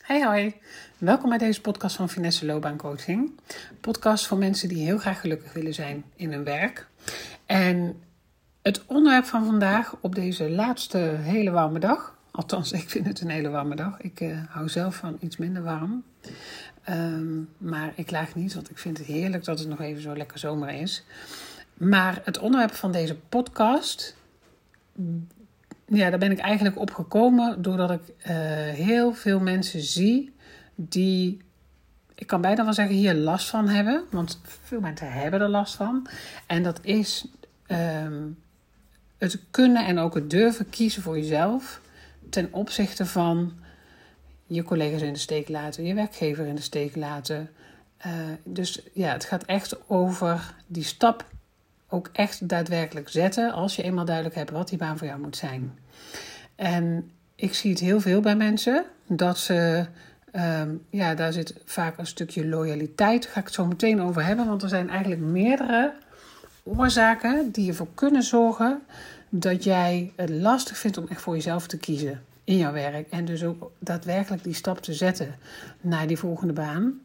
Hey hoi, welkom bij deze podcast van Finesse Loopbaancoaching. Podcast voor mensen die heel graag gelukkig willen zijn in hun werk. En het onderwerp van vandaag op deze laatste hele warme dag, althans ik vind het een hele warme dag. Ik hou zelf van iets minder warm. Maar ik klaag niet, want ik vind het heerlijk dat het nog even zo lekker zomer is. Maar het onderwerp van deze podcast, ja, daar ben ik eigenlijk op gekomen doordat ik heel veel mensen zie die, ik kan bijna wel zeggen, hier last van hebben. Want veel mensen hebben er last van. En dat is het kunnen en ook het durven kiezen voor jezelf ten opzichte van je collega's in de steek laten, je werkgever in de steek laten. Dus ja, het gaat echt over die stap ook echt daadwerkelijk zetten als je eenmaal duidelijk hebt wat die baan voor jou moet zijn. En ik zie het heel veel bij mensen dat ze, daar zit vaak een stukje loyaliteit. Daar ga ik het zo meteen over hebben, want er zijn eigenlijk meerdere oorzaken die ervoor kunnen zorgen dat jij het lastig vindt om echt voor jezelf te kiezen in jouw werk. En dus ook daadwerkelijk die stap te zetten naar die volgende baan.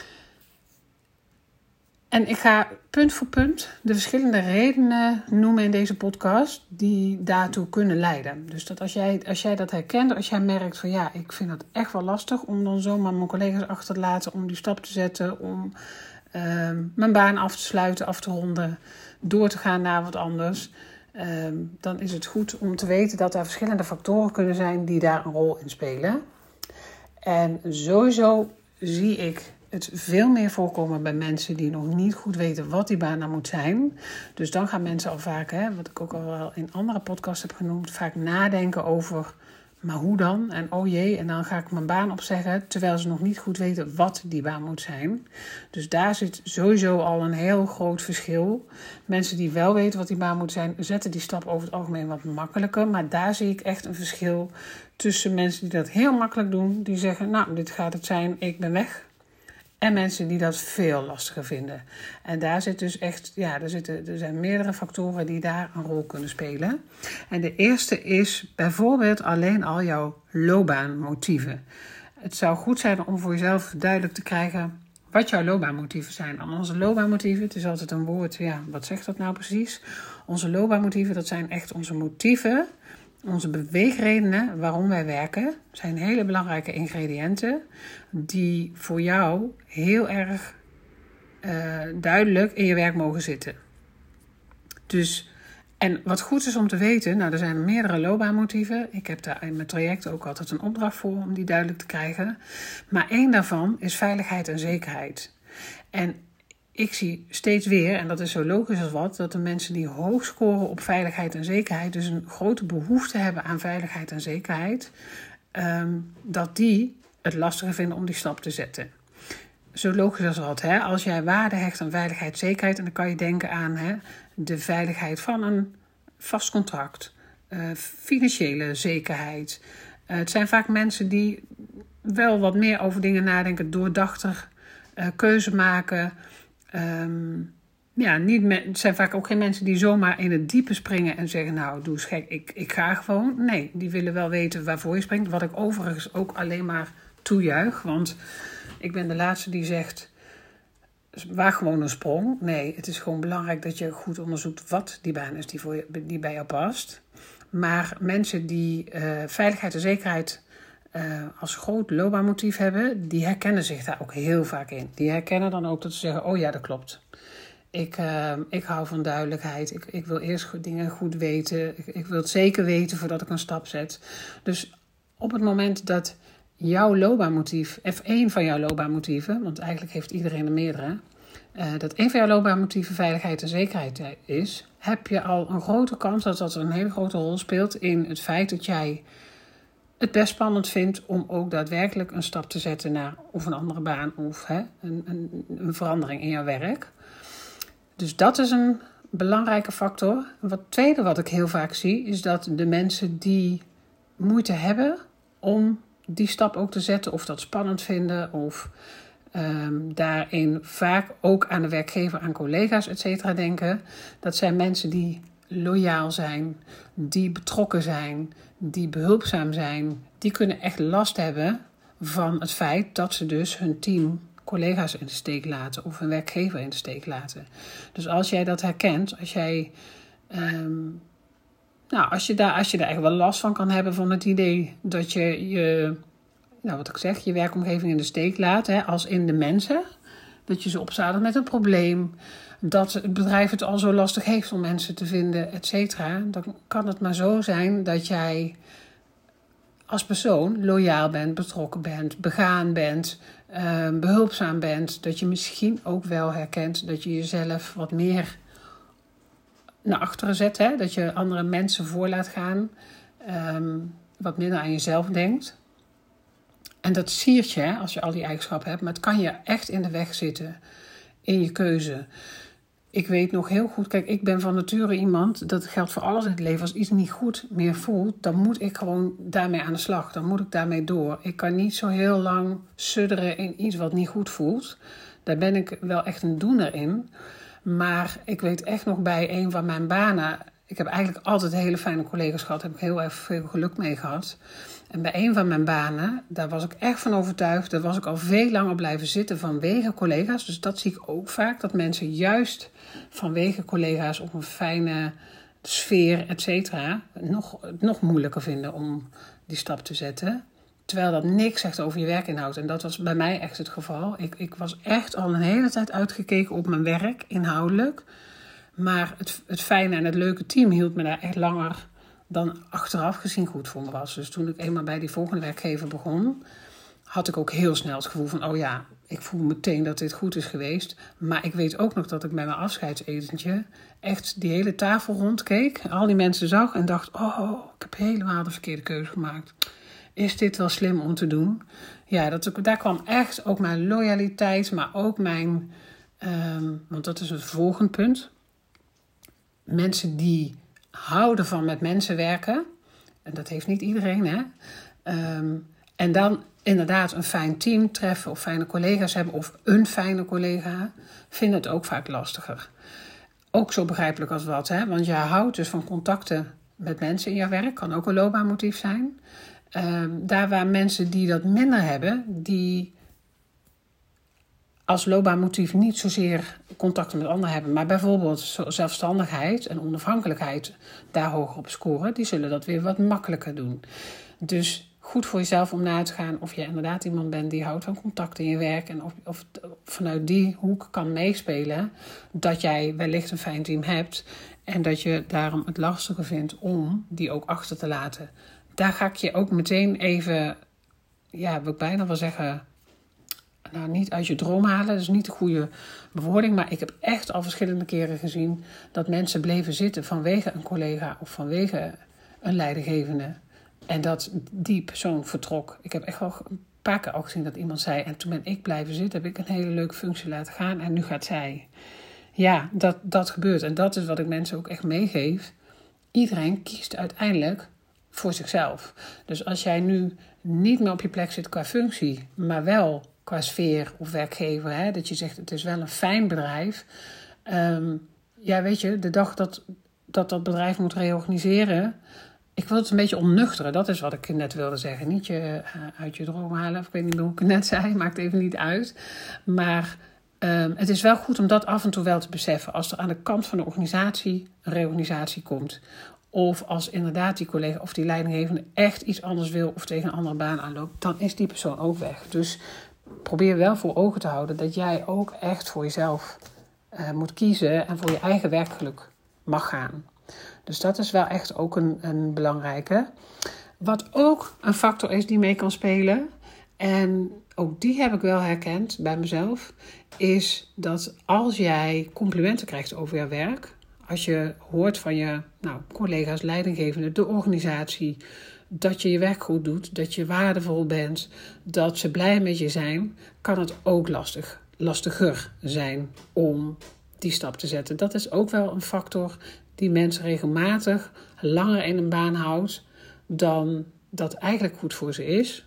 En ik ga punt voor punt de verschillende redenen noemen in deze podcast die daartoe kunnen leiden. Dus dat als jij dat herkent, als jij merkt van ja, ik vind het echt wel lastig om dan zomaar mijn collega's achter te laten, om die stap te zetten, om mijn baan af te sluiten, af te ronden, door te gaan naar wat anders. Dan is het goed om te weten dat er verschillende factoren kunnen zijn die daar een rol in spelen. En sowieso zie ik het veel meer voorkomen bij mensen die nog niet goed weten wat die baan nou moet zijn. Dus dan gaan mensen al vaak, wat ik ook al wel in andere podcasts heb genoemd, vaak nadenken over, maar hoe dan? En oh jee, en dan ga ik mijn baan opzeggen, terwijl ze nog niet goed weten wat die baan moet zijn. Dus daar zit sowieso al een heel groot verschil. Mensen die wel weten wat die baan moet zijn, zetten die stap over het algemeen wat makkelijker. Maar daar zie ik echt een verschil tussen mensen die dat heel makkelijk doen, die zeggen, nou, dit gaat het zijn, ik ben weg. En mensen die dat veel lastiger vinden. En daar zit dus echt, er zijn meerdere factoren die daar een rol kunnen spelen. En de eerste is bijvoorbeeld alleen al jouw loopbaanmotieven. Het zou goed zijn om voor jezelf duidelijk te krijgen wat jouw loopbaanmotieven zijn. En onze loopbaanmotieven, het is altijd een woord, wat zegt dat nou precies? Onze loopbaanmotieven, dat zijn echt onze motieven. Onze beweegredenen waarom wij werken zijn hele belangrijke ingrediënten die voor jou heel erg duidelijk in je werk mogen zitten. Dus, en wat goed is om te weten, er zijn meerdere loopbaanmotieven. Ik heb daar in mijn traject ook altijd een opdracht voor om die duidelijk te krijgen. Maar één daarvan is veiligheid en zekerheid. En ik zie steeds weer, en dat is zo logisch als wat, dat de mensen die hoog scoren op veiligheid en zekerheid, dus een grote behoefte hebben aan veiligheid en zekerheid, dat die het lastiger vinden om die stap te zetten. Zo logisch als wat. Als jij waarde hecht aan veiligheid en zekerheid, en dan kan je denken aan de veiligheid van een vast contract, financiële zekerheid. Het zijn vaak mensen die wel wat meer over dingen nadenken, doordachter keuze maken. Het zijn vaak ook geen mensen die zomaar in het diepe springen en zeggen, nou, doe eens gek, ik ga gewoon. Nee, die willen wel weten waarvoor je springt. Wat ik overigens ook alleen maar toejuich. Want ik ben de laatste die zegt, waag gewoon een sprong. Nee, het is gewoon belangrijk dat je goed onderzoekt wat die baan is die bij jou past. Maar mensen die veiligheid en zekerheid als groot loopbaanmotief hebben, die herkennen zich daar ook heel vaak in. Die herkennen dan ook dat ze zeggen, oh ja, dat klopt. Ik hou van duidelijkheid. Ik wil eerst dingen goed weten. Ik wil het zeker weten voordat ik een stap zet. Dus op het moment dat jouw loopbaanmotief, of één van jouw loopbaanmotieven, want eigenlijk heeft iedereen er meerdere, dat één van jouw loopbaanmotieven veiligheid en zekerheid is, heb je al een grote kans dat dat een hele grote rol speelt in het feit dat jij het best spannend vindt om ook daadwerkelijk een stap te zetten naar of een andere baan of een verandering in jouw werk. Dus dat is een belangrijke factor. Het tweede wat ik heel vaak zie is dat de mensen die moeite hebben om die stap ook te zetten of dat spannend vinden of daarin vaak ook aan de werkgever, aan collega's, etc. denken. Dat zijn mensen die loyaal zijn, die betrokken zijn, die behulpzaam zijn. Die kunnen echt last hebben van het feit dat ze dus hun team, collega's in de steek laten of hun werkgever in de steek laten. Dus als jij dat herkent, als jij als je daar echt wel last van kan hebben van het idee dat je werkomgeving in de steek laat, als in de mensen, dat je ze opzadelt met een probleem, dat het bedrijf het al zo lastig heeft om mensen te vinden, et cetera, dan kan het maar zo zijn dat jij als persoon loyaal bent, betrokken bent, begaan bent, behulpzaam bent, dat je misschien ook wel herkent dat je jezelf wat meer naar achteren zet, dat je andere mensen voor laat gaan, wat minder aan jezelf denkt. En dat siert je als je al die eigenschappen hebt, maar het kan je echt in de weg zitten in je keuze. Ik weet nog heel goed, kijk, ik ben van nature iemand, dat geldt voor alles in het leven. Als iets niet goed meer voelt, dan moet ik gewoon daarmee aan de slag. Dan moet ik daarmee door. Ik kan niet zo heel lang sudderen in iets wat niet goed voelt. Daar ben ik wel echt een doener in. Maar ik weet echt nog bij een van mijn banen, ik heb eigenlijk altijd hele fijne collega's gehad, daar heb ik heel erg veel geluk mee gehad. En bij een van mijn banen, daar was ik echt van overtuigd, daar was ik al veel langer blijven zitten vanwege collega's. Dus dat zie ik ook vaak, dat mensen juist vanwege collega's op een fijne sfeer, et cetera, nog moeilijker vinden om die stap te zetten. Terwijl dat niks zegt over je werkinhoud. En dat was bij mij echt het geval. Ik was echt al een hele tijd uitgekeken op mijn werk, inhoudelijk. Maar het fijne en het leuke team hield me daar echt langer dan achteraf gezien goed voor me was. Dus toen ik eenmaal bij die volgende werkgever begon, had ik ook heel snel het gevoel van, ik voel meteen dat dit goed is geweest. Maar ik weet ook nog dat ik bij mijn afscheidsetentje echt die hele tafel rondkeek, al die mensen zag en dacht, ik heb helemaal de verkeerde keuze gemaakt. Is dit wel slim om te doen? Ja, daar kwam echt ook mijn loyaliteit, maar ook mijn, want dat is het volgende punt. Mensen die houden van met mensen werken, en dat heeft niet iedereen, hè. En dan inderdaad een fijn team treffen of fijne collega's hebben of een fijne collega, vinden het ook vaak lastiger. Ook zo begrijpelijk als wat, hè. Want je houdt dus van contacten met mensen in je werk, kan ook een loopbaanmotief zijn. Daar waar mensen die dat minder hebben, die als loopbaanmotief niet zozeer contacten met anderen hebben, maar bijvoorbeeld zelfstandigheid en onafhankelijkheid daar hoger op scoren, die zullen dat weer wat makkelijker doen. Dus goed voor jezelf om na te gaan of je inderdaad iemand bent die houdt van contact in je werk en of vanuit die hoek kan meespelen dat jij wellicht een fijn team hebt en dat je daarom het lastiger vindt om die ook achter te laten. Daar ga ik je ook meteen even, wil ik bijna wel zeggen, niet uit je droom halen. Dat is niet de goede bewoording. Maar ik heb echt al verschillende keren gezien dat mensen bleven zitten vanwege een collega of vanwege een leidinggevende. En dat die persoon vertrok. Ik heb echt wel een paar keer al gezien dat iemand zei, en toen ben ik blijven zitten, heb ik een hele leuke functie laten gaan en nu gaat zij. Ja, dat gebeurt. En dat is wat ik mensen ook echt meegeef. Iedereen kiest uiteindelijk voor zichzelf. Dus als jij nu niet meer op je plek zit qua functie, maar wel qua sfeer of werkgever, hè, dat je zegt het is wel een fijn bedrijf. Weet je, de dag dat bedrijf moet reorganiseren, ik wil het een beetje onnuchteren. Dat is wat ik net wilde zeggen. Niet je uit je droom halen, of ik weet niet meer hoe ik het net zei, maakt even niet uit. Maar het is wel goed om dat af en toe wel te beseffen. Als er aan de kant van de organisatie een reorganisatie komt, of als inderdaad die collega of die leidinggevende echt iets anders wil of tegen een andere baan aanloopt, dan is die persoon ook weg. Dus probeer wel voor ogen te houden dat jij ook echt voor jezelf moet kiezen en voor je eigen werkgeluk mag gaan. Dus dat is wel echt ook een belangrijke. Wat ook een factor is die mee kan spelen, en ook die heb ik wel herkend bij mezelf, is dat als jij complimenten krijgt over je werk, als je hoort van je collega's, leidinggevende, de organisatie, dat je je werk goed doet, dat je waardevol bent, dat ze blij met je zijn, kan het ook lastiger zijn om die stap te zetten. Dat is ook wel een factor die mensen regelmatig langer in een baan houdt dan dat eigenlijk goed voor ze is.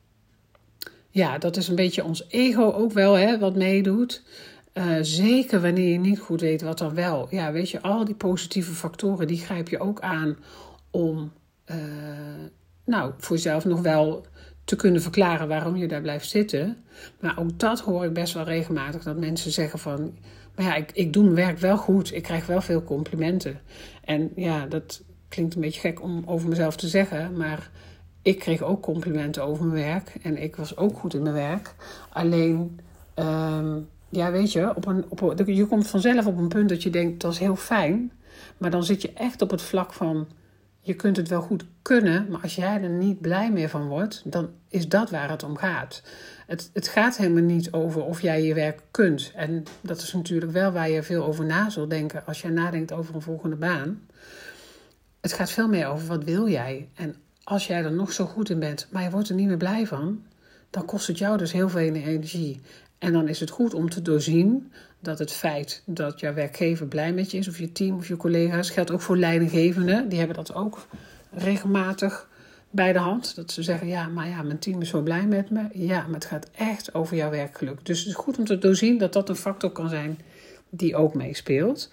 Ja, dat is een beetje ons ego ook wel, hè, wat meedoet. Zeker wanneer je niet goed weet wat dan wel. Ja, weet je, al die positieve factoren, die grijp je ook aan om voor jezelf nog wel te kunnen verklaren waarom je daar blijft zitten. Maar ook dat hoor ik best wel regelmatig. Dat mensen zeggen van, maar ja, ik doe mijn werk wel goed. Ik krijg wel veel complimenten. En ja, dat klinkt een beetje gek om over mezelf te zeggen. Maar ik kreeg ook complimenten over mijn werk. En ik was ook goed in mijn werk. Alleen, ja, weet je, je komt vanzelf op een punt dat je denkt, dat is heel fijn. Maar dan zit je echt op het vlak van, je kunt het wel goed kunnen, maar als jij er niet blij meer van wordt, dan is dat waar het om gaat. Het gaat helemaal niet over of jij je werk kunt. En dat is natuurlijk wel waar je veel over na zult denken als je nadenkt over een volgende baan. Het gaat veel meer over, wat wil jij? En als jij er nog zo goed in bent, maar je wordt er niet meer blij van, dan kost het jou dus heel veel energie. En dan is het goed om te doorzien dat het feit dat jouw werkgever blij met je is, of je team of je collega's, geldt ook voor leidinggevenden. Die hebben dat ook regelmatig bij de hand. Dat ze zeggen, ja, maar ja, mijn team is zo blij met me. Ja, maar het gaat echt over jouw werkgeluk. Dus het is goed om te doorzien dat dat een factor kan zijn die ook meespeelt.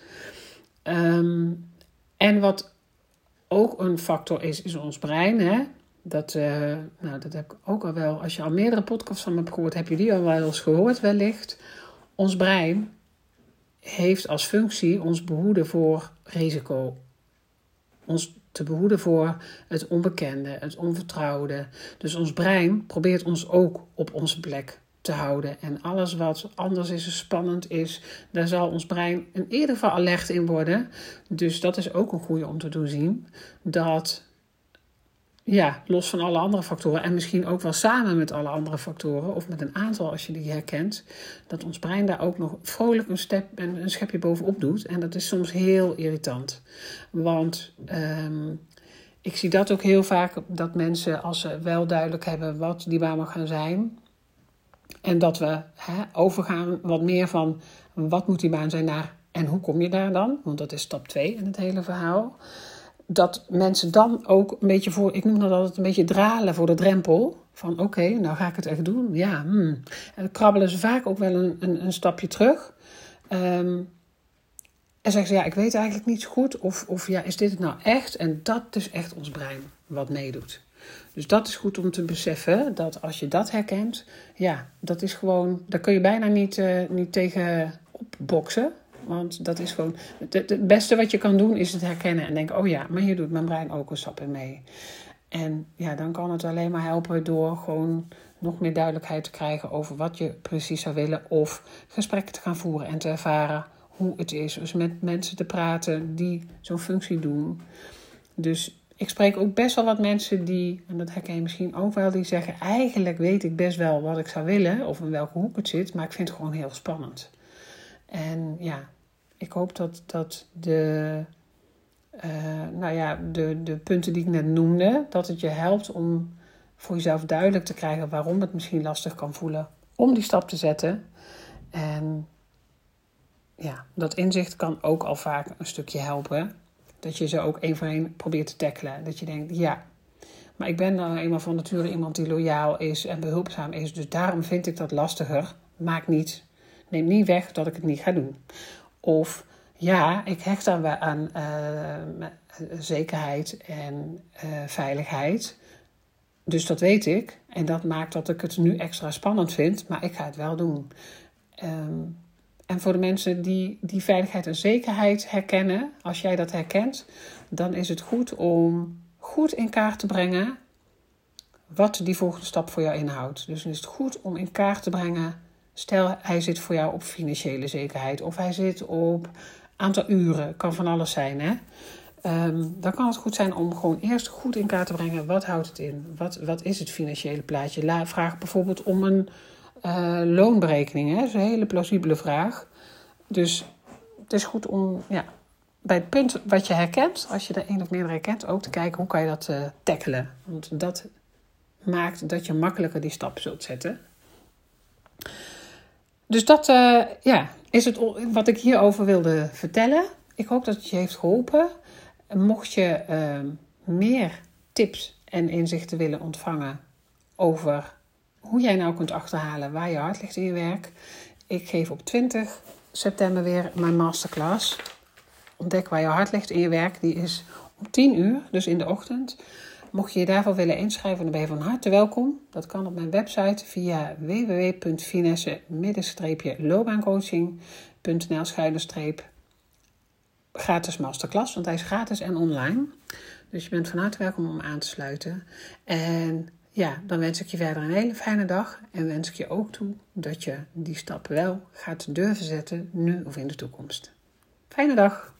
En wat ook een factor is ons brein, hè. Dat heb ik ook al wel, als je al meerdere podcasts van me hebt gehoord, heb je die al wel eens gehoord wellicht. Ons brein heeft als functie ons behoeden voor risico. Ons te behoeden voor het onbekende, het onvertrouwde. Dus ons brein probeert ons ook op onze plek te houden. En alles wat anders is en spannend is, daar zal ons brein in ieder geval alert in worden. Dus dat is ook een goede om te doorzien. Dat, ja, los van alle andere factoren en misschien ook wel samen met alle andere factoren, of met een aantal als je die herkent, dat ons brein daar ook nog vrolijk een schepje bovenop doet. En dat is soms heel irritant. Want ik zie dat ook heel vaak, dat mensen, als ze wel duidelijk hebben wat die baan mag gaan zijn, en dat we overgaan wat meer van wat moet die baan zijn naar en hoe kom je daar dan? Want dat is stap 2 in het hele verhaal. Dat mensen dan ook een beetje voor, ik noem dat altijd een beetje dralen voor de drempel. Van oké, nou ga ik het echt doen. Ja, En dan krabbelen ze vaak ook wel een stapje terug. En zeggen ze, ja, ik weet eigenlijk niet zo goed. Of ja, is dit het nou echt? En dat is echt ons brein wat meedoet. Dus dat is goed om te beseffen, dat als je dat herkent, ja, dat is gewoon, daar kun je bijna niet tegen opboksen. Want dat is gewoon, het beste wat je kan doen is het herkennen en denken, oh ja, maar hier doet mijn brein ook een stap in mee. En ja, dan kan het alleen maar helpen door gewoon nog meer duidelijkheid te krijgen over wat je precies zou willen. Of gesprekken te gaan voeren en te ervaren hoe het is. Dus met mensen te praten die zo'n functie doen. Dus ik spreek ook best wel wat mensen die, en dat herken je misschien ook wel, die zeggen, eigenlijk weet ik best wel wat ik zou willen of in welke hoek het zit, maar ik vind het gewoon heel spannend. En ja, ik hoop dat de punten die ik net noemde, dat het je helpt om voor jezelf duidelijk te krijgen waarom het misschien lastig kan voelen om die stap te zetten. En ja, dat inzicht kan ook al vaak een stukje helpen. Dat je ze ook één voor één probeert te tackelen. Dat je denkt, ja, maar ik ben nou eenmaal van nature iemand die loyaal is en behulpzaam is. Dus daarom vind ik dat lastiger. Neem niet weg dat ik het niet ga doen. Of ja, ik hecht aan zekerheid en veiligheid. Dus dat weet ik. En dat maakt dat ik het nu extra spannend vind. Maar ik ga het wel doen. En voor de mensen die veiligheid en zekerheid herkennen, als jij dat herkent, dan is het goed om goed in kaart te brengen wat die volgende stap voor jou inhoudt. Dus dan is het goed om in kaart te brengen, stel hij zit voor jou op financiële zekerheid of hij zit op aantal uren, kan van alles zijn, hè? Dan kan het goed zijn om gewoon eerst goed in kaart te brengen, wat houdt het in? Wat is het financiële plaatje? Vraag bijvoorbeeld om een loonberekening, hè? Dat is een hele plausibele vraag. Dus het is goed om bij het punt wat je herkent, als je er één of meerdere herkent, ook te kijken hoe kan je dat tackelen. Want dat maakt dat je makkelijker die stap zult zetten. Dus dat is het wat ik hierover wilde vertellen. Ik hoop dat het je heeft geholpen. Mocht je meer tips en inzichten willen ontvangen over hoe jij nou kunt achterhalen waar je hart ligt in je werk. Ik geef op 20 september weer mijn masterclass. Ontdek waar je hart ligt in je werk. Die is om 10 uur, dus in de ochtend. mocht je je daarvoor willen inschrijven, dan ben je van harte welkom. Dat kan op mijn website via www.finesse-loopbaancoaching.nl/ gratis masterclass, want hij is gratis en online. Dus je bent van harte welkom om aan te sluiten. En ja, dan wens ik je verder een hele fijne dag. En wens ik je ook toe dat je die stap wel gaat durven zetten, nu of in de toekomst. Fijne dag!